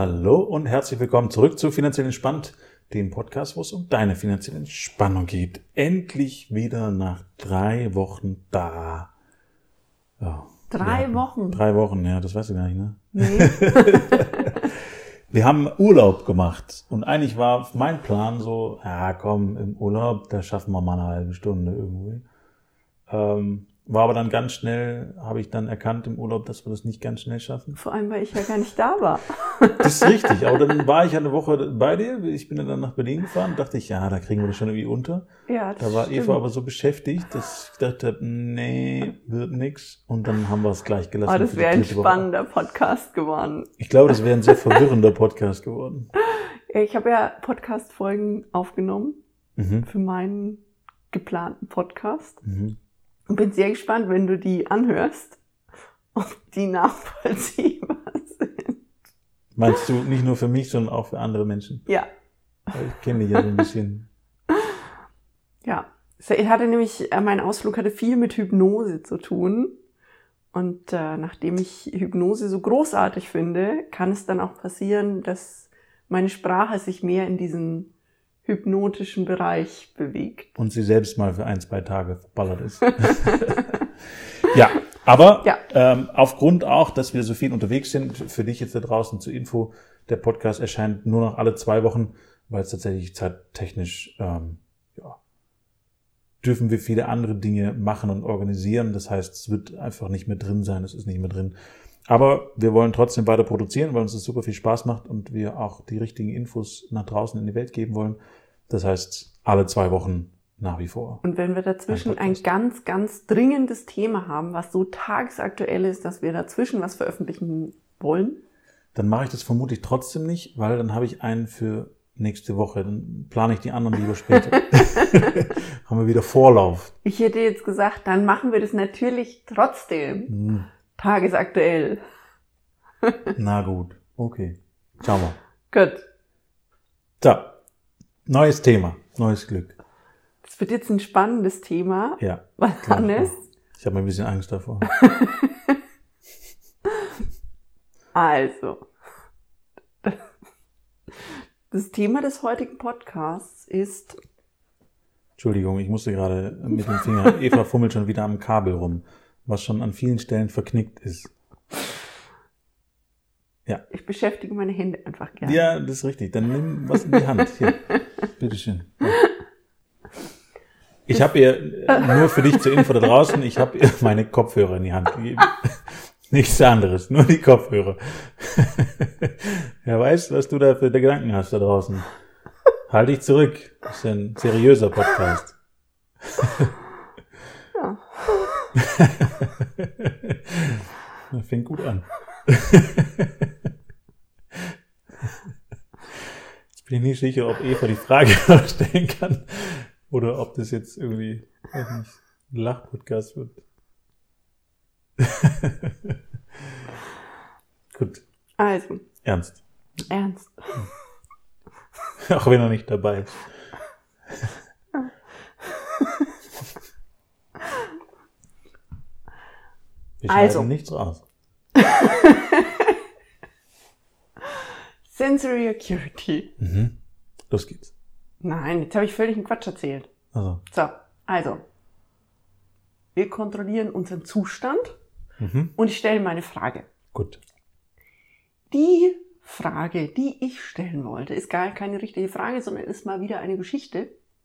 Hallo und herzlich willkommen zurück zu Finanziell Entspannt, dem Podcast, wo es um deine finanzielle Entspannung geht. Endlich wieder nach 3 Wochen da. Ja, 3 Wochen? 3 Wochen, ja, das weißt du gar nicht, ne? Nee. Wir haben Urlaub gemacht und eigentlich war mein Plan so, ja komm, im Urlaub, da schaffen wir mal eine halbe Stunde irgendwie. War aber dann ganz schnell, habe ich dann erkannt im Urlaub, dass wir das nicht ganz schnell schaffen. Vor allem, weil ich ja gar nicht da war. Das ist richtig, aber dann war ich eine Woche bei dir, ich bin dann nach Berlin gefahren, dachte ich, ja, da kriegen wir das schon irgendwie unter. Ja, das Da war stimmt. Eva aber so beschäftigt, dass ich gedacht habe, nee, wird nix. Und dann haben wir es gleich gelassen. Oh, das für die wäre ein 3. Woche. spannender Podcast geworden. Ich glaube, das wäre ein sehr verwirrender Podcast geworden. Ich habe ja Podcast-Folgen aufgenommen Mhm. für meinen geplanten Podcast. Mhm. Und bin sehr gespannt, wenn du die anhörst, ob die nachvollziehbar sind. Meinst du nicht nur für mich, sondern auch für andere Menschen? Ja, Weil ich kenne dich ja so ein bisschen. ja. Mein Ausflug hatte viel mit Hypnose zu tun. Und nachdem ich Hypnose so großartig finde, kann es dann auch passieren, dass meine Sprache sich mehr in diesen hypnotischen Bereich bewegt. Und sie selbst mal für 1-2 Tage verballert ist. Ja, aber Ja. aufgrund auch, dass wir so viel unterwegs sind, für dich jetzt da draußen zur Info, der Podcast erscheint nur noch alle 2 Wochen, weil es tatsächlich zeittechnisch, dürfen wir viele andere Dinge machen und organisieren. Das heißt, es wird einfach nicht mehr drin sein, es ist nicht mehr drin. Aber wir wollen trotzdem weiter produzieren, weil uns das super viel Spaß macht und wir auch die richtigen Infos nach draußen in die Welt geben wollen. Das heißt, alle 2 Wochen nach wie vor. Und wenn wir dazwischen ein ganz, ganz dringendes Thema haben, was so tagesaktuell ist, dass wir dazwischen was veröffentlichen wollen, Dann mache ich das vermutlich trotzdem nicht, weil dann habe ich einen für nächste Woche. Dann plane ich die anderen lieber später. Haben wir wieder Vorlauf. ich hätte jetzt gesagt, dann machen wir das natürlich trotzdem tagesaktuell. Na gut, okay. Schauen wir. Gut. So, neues Thema, neues Glück. Das wird jetzt ein spannendes Thema. Ja. Was, Hannes? Ich habe ein bisschen Angst davor. Also, das Thema des heutigen Podcasts ist, Entschuldigung, ich musste gerade mit dem Finger. Eva fummelt schon wieder am Kabel rum, was schon an vielen Stellen verknickt ist. Ja. ich beschäftige meine Hände einfach gerne. Ja, das ist richtig. Dann nimm was in die Hand. Hier, bitteschön. Ja. Ich habe ihr, nur für dich zur Info da draußen, ich habe ihr meine Kopfhörer in die Hand gegeben. Nichts anderes, nur die Kopfhörer. Wer weiß, was du da für Gedanken hast da draußen. Halt dich zurück. Das ist ein seriöser Podcast. Ja. Das fängt gut an. Jetzt bin ich nicht sicher, ob Eva die Frage stellen kann oder ob das jetzt irgendwie, weiß nicht, ein Lachpodcast wird. Gut, Also, ernst. ernst. Auch wenn er nicht dabei ist. Wir schneiden Also. nichts raus. Sensory Acuity. Los geht's. Nein, jetzt habe ich völlig einen Quatsch erzählt. Also, So, also. Wir kontrollieren unseren Zustand und ich stelle meine Frage. gut. Die Frage, die ich stellen wollte, ist gar keine richtige Frage, sondern ist mal wieder eine Geschichte.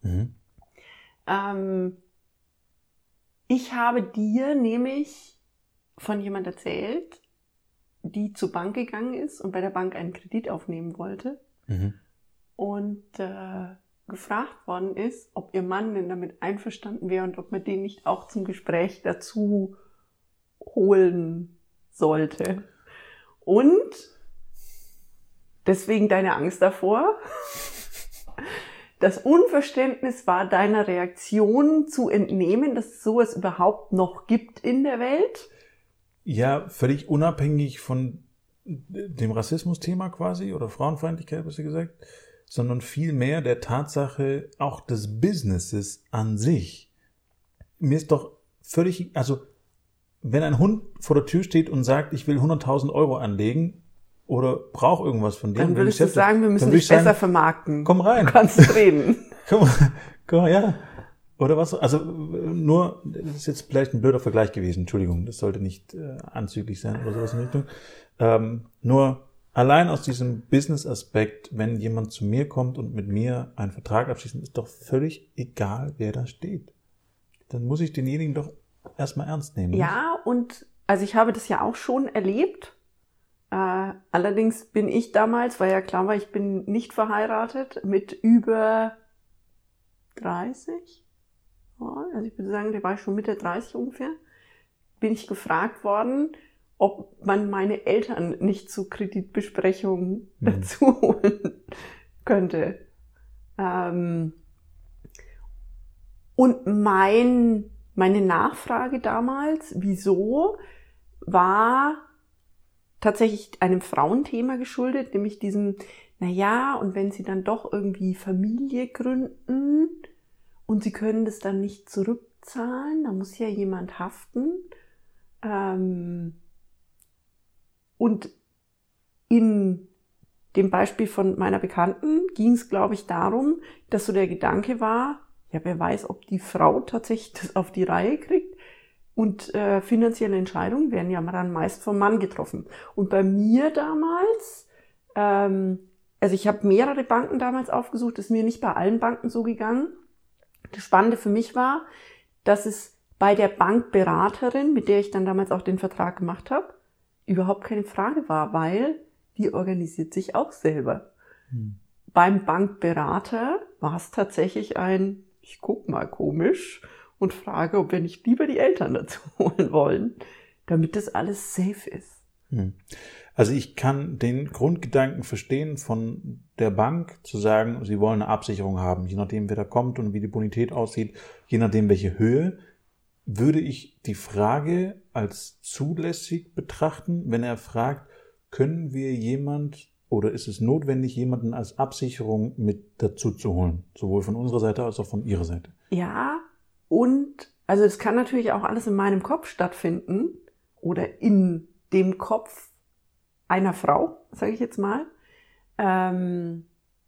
Ich habe dir nämlich von jemand erzählt, die zur Bank gegangen ist und bei der Bank einen Kredit aufnehmen wollte und gefragt worden ist, ob ihr Mann denn damit einverstanden wäre und ob man den nicht auch zum Gespräch dazu holen sollte. Und deswegen deine Angst davor. Das Unverständnis war deiner Reaktion zu entnehmen, dass es sowas überhaupt noch gibt in der Welt. Ja, völlig unabhängig von dem Rassismus-Thema quasi oder Frauenfeindlichkeit, besser gesagt, sondern vielmehr der Tatsache auch des Businesses an sich. Mir ist doch völlig, also wenn ein Hund vor der Tür steht und sagt, ich will 100.000 Euro anlegen, oder brauche irgendwas von dir. Dann würdest du sagen, wir müssen dich besser vermarkten. Komm rein. Du kannst reden. komm, ja. Oder was? Also nur, das ist jetzt vielleicht ein blöder Vergleich gewesen, Entschuldigung, das sollte nicht anzüglich sein oder sowas in Richtung. Nur allein aus diesem Business-Aspekt, wenn jemand zu mir kommt und mit mir einen Vertrag abschließt, ist doch völlig egal, wer da steht. Dann muss ich denjenigen doch erstmal ernst nehmen. Ja, und also ich habe das ja auch schon erlebt. Allerdings bin ich damals, weil ja klar war, ich bin nicht verheiratet, mit über 30. Also ich würde sagen, da war ich schon Mitte 30 ungefähr. Bin ich gefragt worden, ob man meine Eltern nicht zu Kreditbesprechungen dazu holen könnte. Und meine Nachfrage damals, wieso, war tatsächlich einem Frauenthema geschuldet, nämlich diesem, und wenn sie dann doch irgendwie Familie gründen und sie können das dann nicht zurückzahlen, da muss ja jemand haften. Und in dem Beispiel von meiner Bekannten ging es, glaube ich, darum, dass so der Gedanke war, ja, wer weiß, ob die Frau tatsächlich das auf die Reihe kriegt. Und finanzielle Entscheidungen werden ja dann meist vom Mann getroffen. Und bei mir damals, also ich habe mehrere Banken damals aufgesucht, ist mir nicht bei allen Banken so gegangen. Das Spannende für mich war, dass es bei der Bankberaterin, mit der ich dann damals auch den Vertrag gemacht habe, überhaupt keine Frage war, weil die organisiert sich auch selber. Beim Bankberater war es tatsächlich ich guck mal komisch und frage, ob wir nicht lieber die Eltern dazu holen wollen, damit das alles safe ist. Also ich kann den Grundgedanken verstehen von der Bank, zu sagen, sie wollen eine Absicherung haben, je nachdem, wer da kommt und wie die Bonität aussieht, je nachdem, welche Höhe, würde ich die Frage als zulässig betrachten, wenn er fragt, können wir oder ist es notwendig, jemanden als Absicherung mit dazu zu holen? Sowohl von unserer Seite als auch von ihrer Seite. Ja, und also es kann natürlich auch alles in meinem Kopf stattfinden oder in dem Kopf einer Frau, sage ich jetzt mal. Wenn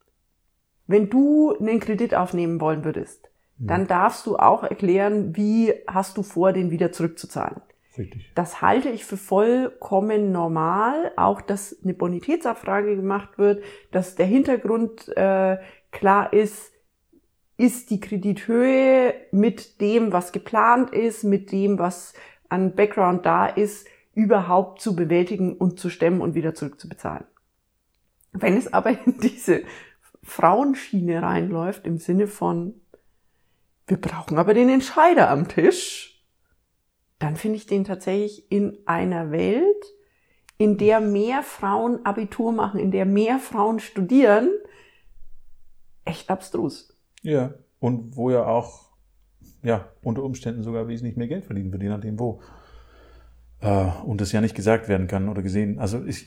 du einen Kredit aufnehmen wollen würdest, dann darfst du auch erklären, wie hast du vor, den wieder zurückzuzahlen. Richtig. Das halte ich für vollkommen normal, auch dass eine Bonitätsabfrage gemacht wird, dass der Hintergrund klar ist die Kredithöhe mit dem, was geplant ist, mit dem, was an Background da ist, überhaupt zu bewältigen und zu stemmen und wieder zurückzubezahlen. Wenn es aber in diese Frauenschiene reinläuft, im Sinne von, wir brauchen aber den Entscheider am Tisch, dann finde ich den tatsächlich in einer Welt, in der mehr Frauen Abitur machen, in der mehr Frauen studieren, echt abstrus. Ja, und wo ja auch, unter Umständen sogar wesentlich mehr Geld verdienen wird, je nachdem wo. Und das ja nicht gesagt werden kann oder gesehen. Also ich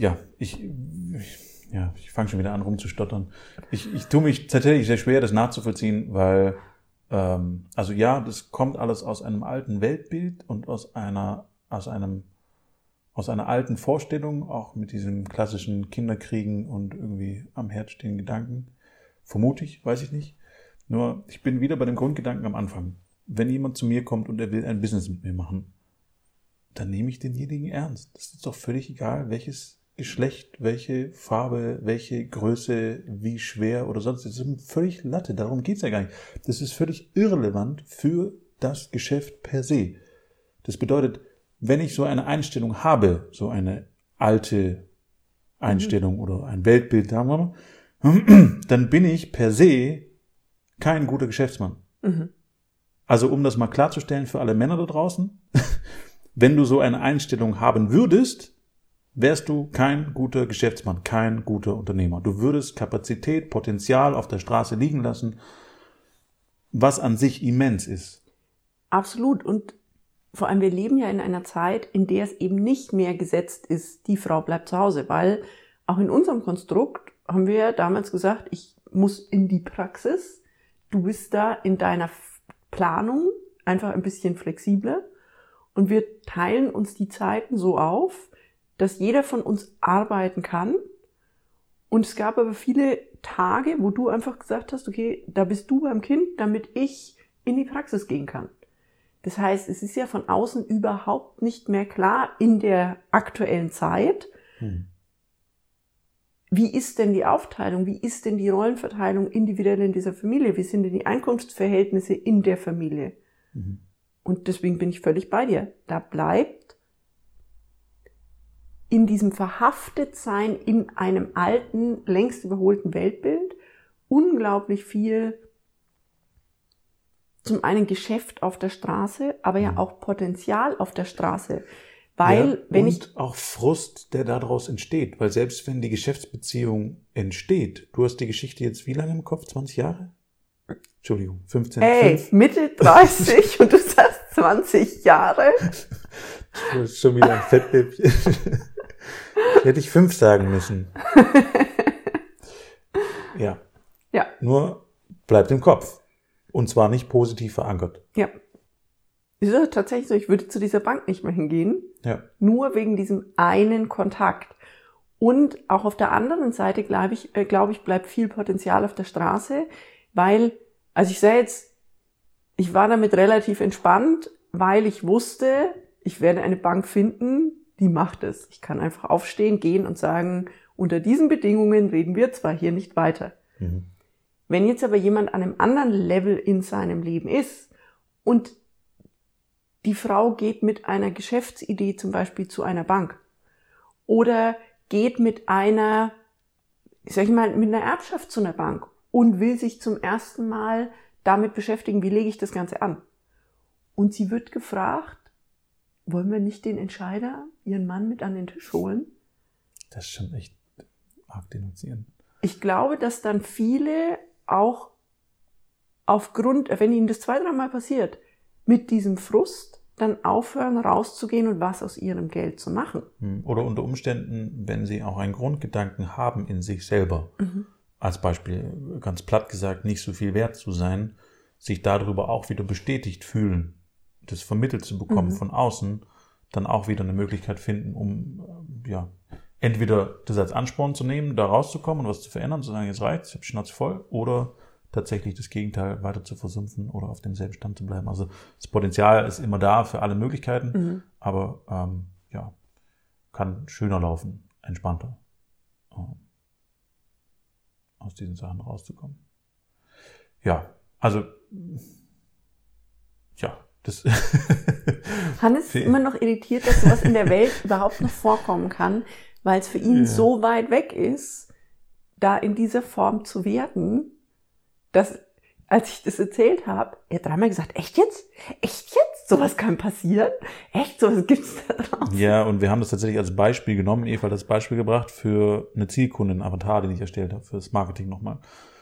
fange schon wieder an rumzustottern. Ich tue mich tatsächlich sehr schwer, das nachzuvollziehen, weil das kommt alles aus einem alten Weltbild und aus einer alten Vorstellung, auch mit diesem klassischen Kinderkriegen und irgendwie am Herd stehen Gedanken. Vermute ich, weiß ich nicht. Nur, ich bin wieder bei dem Grundgedanken am Anfang. Wenn jemand zu mir kommt und er will ein Business mit mir machen, dann nehme ich denjenigen ernst. Das ist doch völlig egal, welches Geschlecht, welche Farbe, welche Größe, wie schwer oder sonst. Das ist völlig Latte, darum geht's ja gar nicht. Das ist völlig irrelevant für das Geschäft per se. Das bedeutet, wenn ich so eine Einstellung habe, so eine alte Einstellung oder ein Weltbild, sagen wir mal, dann bin ich per se kein guter Geschäftsmann. Also um das mal klarzustellen für alle Männer da draußen, wenn du so eine Einstellung haben würdest, wärst du kein guter Geschäftsmann, kein guter Unternehmer. Du würdest Kapazität, Potenzial auf der Straße liegen lassen, was an sich immens ist. Absolut. Und vor allem, wir leben ja in einer Zeit, in der es eben nicht mehr gesetzt ist, die Frau bleibt zu Hause, weil auch in unserem Konstrukt haben wir ja damals gesagt, ich muss in die Praxis, du bist da in deiner Planung einfach ein bisschen flexibler und wir teilen uns die Zeiten so auf, dass jeder von uns arbeiten kann. Und es gab aber viele Tage, wo du einfach gesagt hast, okay, da bist du beim Kind, damit ich in die Praxis gehen kann. Das heißt, es ist ja von außen überhaupt nicht mehr klar in der aktuellen Zeit, wie ist denn die Aufteilung, wie ist denn die Rollenverteilung individuell in dieser Familie, wie sind denn die Einkunftsverhältnisse in der Familie. Und deswegen bin ich völlig bei dir. Da bleibt in diesem Verhaftetsein in einem alten, längst überholten Weltbild unglaublich viel, zum einen Geschäft auf der Straße, aber ja auch Potenzial auf der Straße. Weil, und auch Frust, der daraus entsteht. Weil selbst wenn die Geschäftsbeziehung entsteht, du hast die Geschichte jetzt wie lange im Kopf? 20 Jahre? Entschuldigung, 15. Mitte 30 und du sagst 20 Jahre? Du hast schon wieder ein Fettnäpfchen. Hätte ich 5 sagen müssen. Ja. Nur bleibt im Kopf. Und zwar nicht positiv verankert. Ja. Ist ja tatsächlich so, ich würde zu dieser Bank nicht mehr hingehen. Ja. Nur wegen diesem einen Kontakt. Und auch auf der anderen Seite, glaube ich, bleibt viel Potenzial auf der Straße, weil, also ich sage jetzt, ich war damit relativ entspannt, weil ich wusste, ich werde eine Bank finden, die macht es. Ich kann einfach aufstehen, gehen und sagen, unter diesen Bedingungen reden wir zwar hier nicht weiter. Wenn jetzt aber jemand an einem anderen Level in seinem Leben ist und die Frau geht mit einer Geschäftsidee zum Beispiel zu einer Bank oder geht mit einer, mit einer Erbschaft zu einer Bank und will sich zum ersten Mal damit beschäftigen, wie lege ich das Ganze an. Und sie wird gefragt, wollen wir nicht den Entscheider, ihren Mann, mit an den Tisch holen? Das ist schon echt arg denunzieren. Ich glaube, dass dann viele auch aufgrund, wenn ihnen das 2-3 Mal passiert, mit diesem Frust dann aufhören, rauszugehen und was aus ihrem Geld zu machen. Oder unter Umständen, wenn sie auch einen Grundgedanken haben in sich selber, als Beispiel, ganz platt gesagt, nicht so viel wert zu sein, sich darüber auch wieder bestätigt fühlen, das vermittelt zu bekommen von außen, dann auch wieder eine Möglichkeit finden, um entweder das als Ansporn zu nehmen, da rauszukommen und was zu verändern, zu sagen, jetzt reicht's, ich habe die Schnauze voll, oder tatsächlich das Gegenteil weiter zu versumpfen oder auf demselben Stand zu bleiben. Also das Potenzial ist immer da für alle Möglichkeiten, aber kann schöner laufen, entspannter, aus diesen Sachen rauszukommen. Ja, also das Hannes ist immer noch irritiert, dass sowas in der Welt überhaupt noch vorkommen kann, weil es für ihn so weit weg ist, da in dieser Form zu werden, dass, als ich das erzählt habe, er hat 3-mal gesagt, echt jetzt? Echt jetzt? Sowas kann passieren? Echt? Sowas gibt's da draußen? Ja, und wir haben das tatsächlich als Beispiel genommen. Eva hat das Beispiel gebracht für eine Zielkundin, Avatar, den ich erstellt habe, für das Marketing nochmal.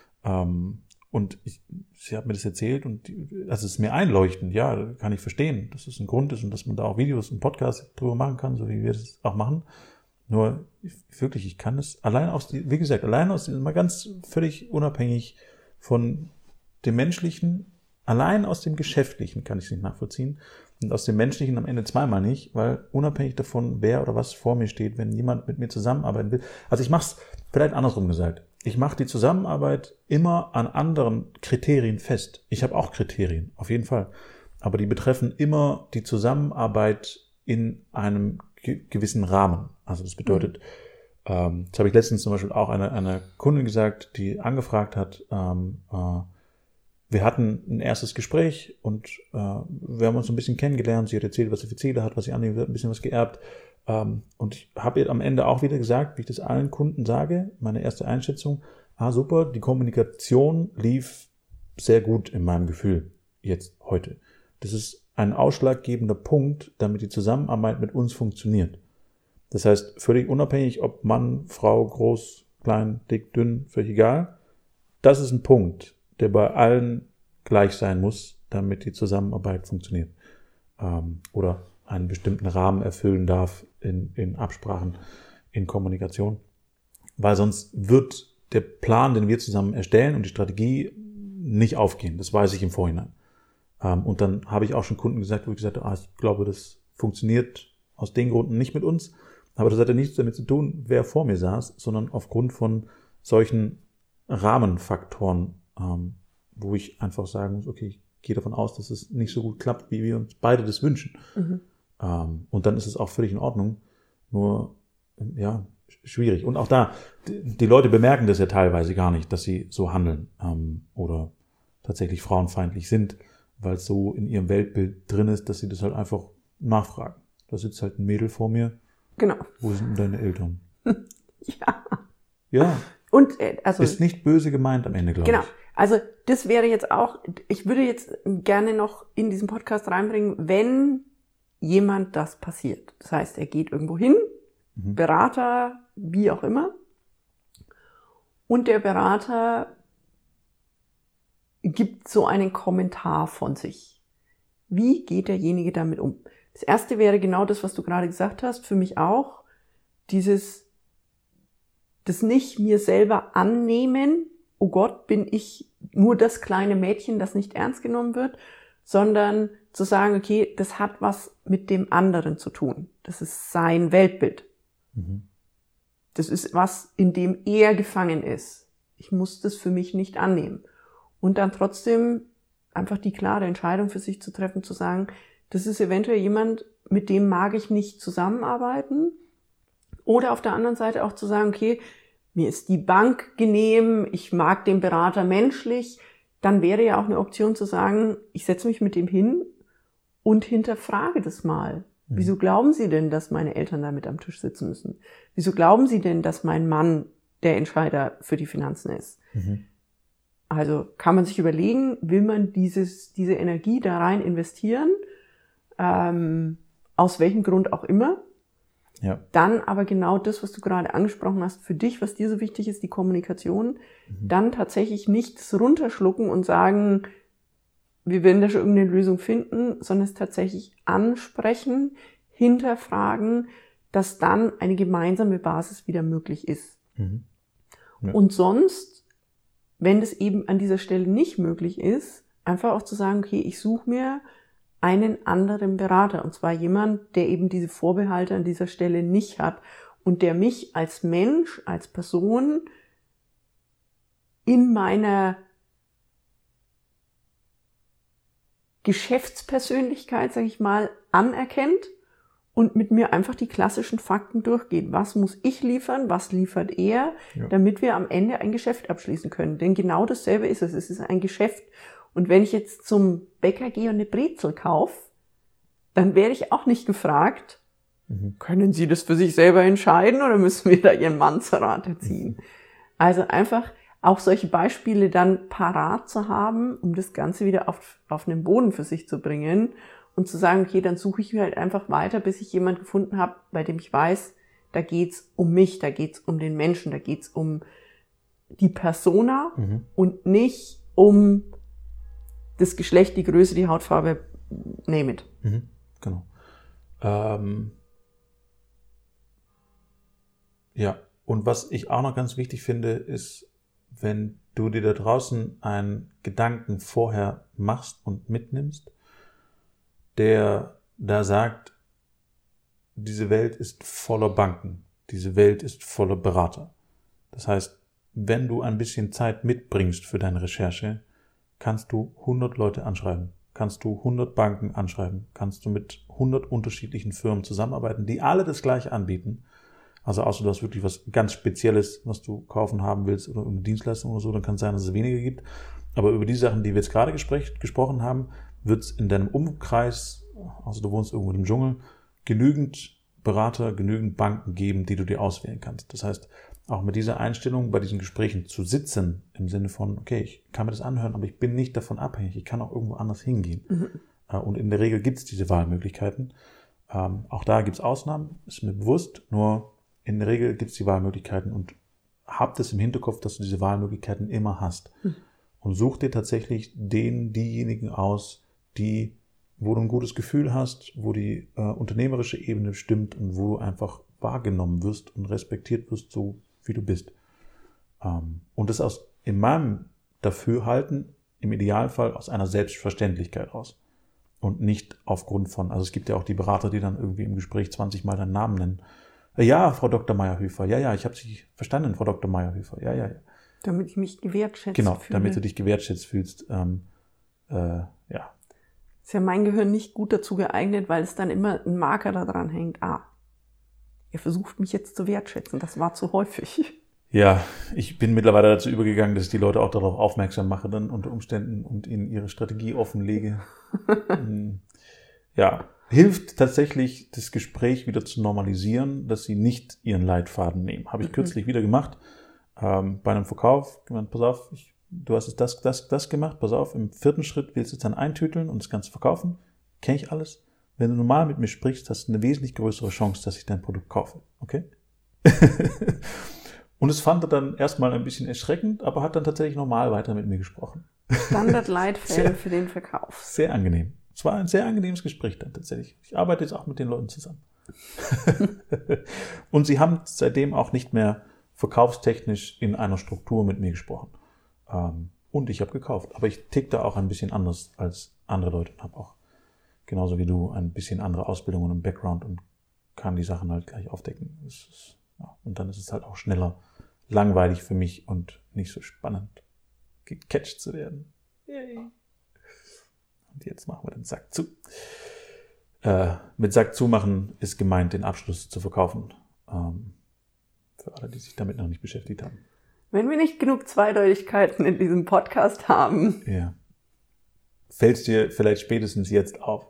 Und sie hat mir das erzählt und das ist mir einleuchtend, ja, kann ich verstehen, dass es ein Grund ist und dass man da auch Videos und Podcasts drüber machen kann, so wie wir das auch machen. Nur wirklich, ich kann das allein aus diesem, mal ganz völlig unabhängig von dem Menschlichen, allein aus dem Geschäftlichen kann ich es nicht nachvollziehen und aus dem Menschlichen am Ende 2-mal nicht, weil unabhängig davon, wer oder was vor mir steht, wenn jemand mit mir zusammenarbeiten will, also ich mache es vielleicht andersrum gesagt, ich mache die Zusammenarbeit immer an anderen Kriterien fest. Ich habe auch Kriterien, auf jeden Fall, aber die betreffen immer die Zusammenarbeit in einem gewissen Rahmen. Also das bedeutet, das habe ich letztens zum Beispiel auch einer Kundin gesagt, die angefragt hat, wir hatten ein erstes Gespräch und wir haben uns ein bisschen kennengelernt. Sie hat erzählt, was sie für Ziele hat, was sie annimmt, hat ein bisschen was geerbt. Und ich habe ihr am Ende auch wieder gesagt, wie ich das allen Kunden sage, meine erste Einschätzung, super, die Kommunikation lief sehr gut in meinem Gefühl, jetzt, heute. Das ist ein ausschlaggebender Punkt, damit die Zusammenarbeit mit uns funktioniert. Das heißt, völlig unabhängig, ob Mann, Frau, groß, klein, dick, dünn, völlig egal, das ist ein Punkt, der bei allen gleich sein muss, damit die Zusammenarbeit funktioniert. Oder einen bestimmten Rahmen erfüllen darf in Absprachen, in Kommunikation. Weil sonst wird der Plan, den wir zusammen erstellen und die Strategie nicht aufgehen. Das weiß ich im Vorhinein. Und dann habe ich auch schon Kunden gesagt, wo ich gesagt habe, ich glaube, das funktioniert aus den Gründen nicht mit uns. Aber das hatte nichts damit zu tun, wer vor mir saß, sondern aufgrund von solchen Rahmenfaktoren, wo ich einfach sagen muss, okay, ich gehe davon aus, dass es nicht so gut klappt, wie wir uns beide das wünschen. Und dann ist es auch völlig in Ordnung. Nur, ja, schwierig. Und auch da, die Leute bemerken das ja teilweise gar nicht, dass sie so handeln oder tatsächlich frauenfeindlich sind, weil es so in ihrem Weltbild drin ist, dass sie das halt einfach nachfragen. Da sitzt halt ein Mädel vor mir. Genau. Wo sind denn deine Eltern? Ja. Ja. Und also ist nicht böse gemeint am Ende, glaube ich. Genau. Also das wäre jetzt auch, ich würde jetzt gerne noch in diesen Podcast reinbringen, wenn jemand das passiert. Das heißt, er geht irgendwo hin, Berater, wie auch immer, und der Berater gibt so einen Kommentar von sich. Wie geht derjenige damit um? Das erste wäre genau das, was du gerade gesagt hast, für mich auch, das nicht mir selber annehmen, oh Gott, bin ich nur das kleine Mädchen, das nicht ernst genommen wird, sondern zu sagen, okay, das hat was mit dem anderen zu tun. Das ist sein Weltbild. Das ist was, in dem er gefangen ist. Ich muss das für mich nicht annehmen. Und dann trotzdem einfach die klare Entscheidung für sich zu treffen, zu sagen, das ist eventuell jemand, mit dem mag ich nicht zusammenarbeiten. Oder auf der anderen Seite auch zu sagen, okay, mir ist die Bank genehm, ich mag den Berater menschlich. Dann wäre ja auch eine Option zu sagen, ich setze mich mit dem hin und hinterfrage das mal. Wieso glauben Sie denn, dass meine Eltern da mit am Tisch sitzen müssen? Wieso glauben Sie denn, dass mein Mann der Entscheider für die Finanzen ist? Also kann man sich überlegen, will man diese Energie da rein investieren, aus welchem Grund auch immer. Ja. Dann aber genau das, was du gerade angesprochen hast, für dich, was dir so wichtig ist, die Kommunikation, dann tatsächlich nichts runterschlucken und sagen, wir werden da schon irgendeine Lösung finden, sondern es tatsächlich ansprechen, hinterfragen, dass dann eine gemeinsame Basis wieder möglich ist. Ja. Und sonst, wenn das eben an dieser Stelle nicht möglich ist, einfach auch zu sagen, okay, ich suche mir einen anderen Berater, und zwar jemand, der eben diese Vorbehalte an dieser Stelle nicht hat und der mich als Mensch, als Person in meiner Geschäftspersönlichkeit, sage ich mal, anerkennt und mit mir einfach die klassischen Fakten durchgeht. Was muss ich liefern? Was liefert er? Ja. Damit wir am Ende ein Geschäft abschließen können. Denn genau dasselbe ist es. Es ist ein Geschäft. Und wenn ich jetzt zum Bäcker gehe und eine Brezel kaufe, dann werde ich auch nicht gefragt, können Sie das für sich selber entscheiden oder müssen wir da Ihren Mann zur Rate ziehen? Also einfach auch solche Beispiele dann parat zu haben, um das Ganze wieder auf einen Boden für sich zu bringen und zu sagen, okay, dann suche ich mir halt einfach weiter, bis ich jemanden gefunden habe, bei dem ich weiß, da geht's um mich, da geht's um den Menschen, da geht's um die Persona und nicht um das Geschlecht, die Größe, die Hautfarbe, name it. Genau. Ja, und was ich auch noch ganz wichtig finde, ist, wenn du dir da draußen einen Gedanken vorher machst und mitnimmst, der da sagt, diese Welt ist voller Banken, diese Welt ist voller Berater. Das heißt, wenn du ein bisschen Zeit mitbringst für deine Recherche, kannst du 100 Leute anschreiben, kannst du 100 Banken anschreiben, kannst du mit 100 unterschiedlichen Firmen zusammenarbeiten, die alle das Gleiche anbieten. Also außer du hast wirklich was ganz Spezielles, was du kaufen haben willst oder irgendeine Dienstleistung oder so, dann kann es sein, dass es weniger gibt. Aber über die Sachen, die wir jetzt gerade gesprochen haben, wird es in deinem Umkreis, also du wohnst irgendwo im Dschungel, genügend Berater, genügend Banken geben, die du dir auswählen kannst. Das heißt, auch mit dieser Einstellung bei diesen Gesprächen zu sitzen, im Sinne von, okay, ich kann mir das anhören, aber ich bin nicht davon abhängig, ich kann auch irgendwo anders hingehen. Und in der Regel gibt es diese Wahlmöglichkeiten. Auch da gibt es Ausnahmen, ist mir bewusst, nur in der Regel gibt es die Wahlmöglichkeiten und hab das im Hinterkopf, dass du diese Wahlmöglichkeiten immer hast. Und such dir tatsächlich diejenigen aus, wo du ein gutes Gefühl hast, wo die unternehmerische Ebene stimmt und wo du einfach wahrgenommen wirst und respektiert wirst, so wie du bist. Und das in meinem Dafürhalten im Idealfall aus einer Selbstverständlichkeit aus. Und nicht aufgrund von, also es gibt ja auch die Berater, die dann irgendwie im Gespräch 20 Mal deinen Namen nennen. Ja, Frau Dr. Meyerhöfer. Ja, ich habe Sie verstanden, Frau Dr. Meyerhöfer. Ja. Damit ich mich gewertschätzt genau, fühle. Damit du dich gewertschätzt fühlst. Ja. Ist ja mein Gehirn nicht gut dazu geeignet, weil es dann immer ein Marker da dran hängt. Ihr versucht mich jetzt zu wertschätzen. Das war zu häufig. Ja, ich bin mittlerweile dazu übergegangen, dass ich die Leute auch darauf aufmerksam mache dann unter Umständen und ihnen ihre Strategie offenlege. Ja, hilft tatsächlich, das Gespräch wieder zu normalisieren, dass sie nicht ihren Leitfaden nehmen. Habe ich kürzlich wieder gemacht. Bei einem Verkauf, gemeint, pass auf, du hast jetzt das gemacht, pass auf, im 4. Schritt willst du es dann eintüteln und das Ganze verkaufen. Kenne ich alles. Wenn du normal mit mir sprichst, hast du eine wesentlich größere Chance, dass ich dein Produkt kaufe. Okay? Und es fand er dann erstmal ein bisschen erschreckend, aber hat dann tatsächlich normal weiter mit mir gesprochen. Standardleitfälle für den Verkauf. Sehr angenehm. Es war ein sehr angenehmes Gespräch dann tatsächlich. Ich arbeite jetzt auch mit den Leuten zusammen. Und sie haben seitdem auch nicht mehr verkaufstechnisch in einer Struktur mit mir gesprochen. Und ich habe gekauft. Aber ich tick da auch ein bisschen anders als andere Leute und habe auch genauso wie du ein bisschen andere Ausbildungen und Background und kann die Sachen halt gleich aufdecken. Und dann ist es halt auch schneller langweilig für mich und nicht so spannend, gecatcht zu werden. Yay. Und jetzt machen wir den Sack zu. Mit Sack zumachen ist gemeint, den Abschluss zu verkaufen. Für alle, die sich damit noch nicht beschäftigt haben. Wenn wir nicht genug Zweideutigkeiten in diesem Podcast haben. Ja. Fällt es dir vielleicht spätestens jetzt auf.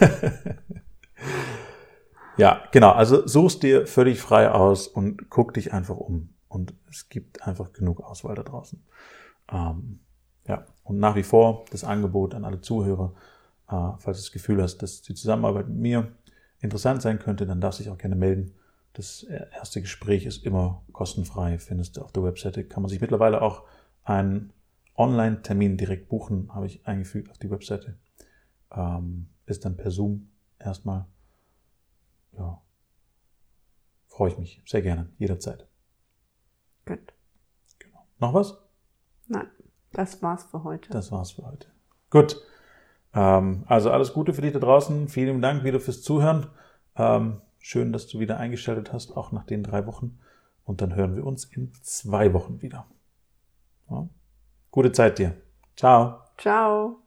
Ja, genau. Also such's dir völlig frei aus und guck dich einfach um. Und es gibt einfach genug Auswahl da draußen. Ja, und nach wie vor das Angebot an alle Zuhörer, falls du das Gefühl hast, dass die Zusammenarbeit mit mir interessant sein könnte, dann darfst du dich auch gerne melden. Das erste Gespräch ist immer kostenfrei, findest du auf der Webseite. Kann man sich mittlerweile auch einen Online-Termin direkt buchen, habe ich eingefügt auf die Webseite. Ist dann per Zoom erstmal. Ja, freue ich mich sehr gerne, jederzeit. Gut. Genau. Noch was? Nein, das war's für heute. Gut. Also alles Gute für dich da draußen. Vielen Dank wieder fürs Zuhören. Schön, dass du wieder eingeschaltet hast, auch nach den 3 Wochen. Und dann hören wir uns in 2 Wochen wieder. Ja. Gute Zeit dir. Ciao. Ciao.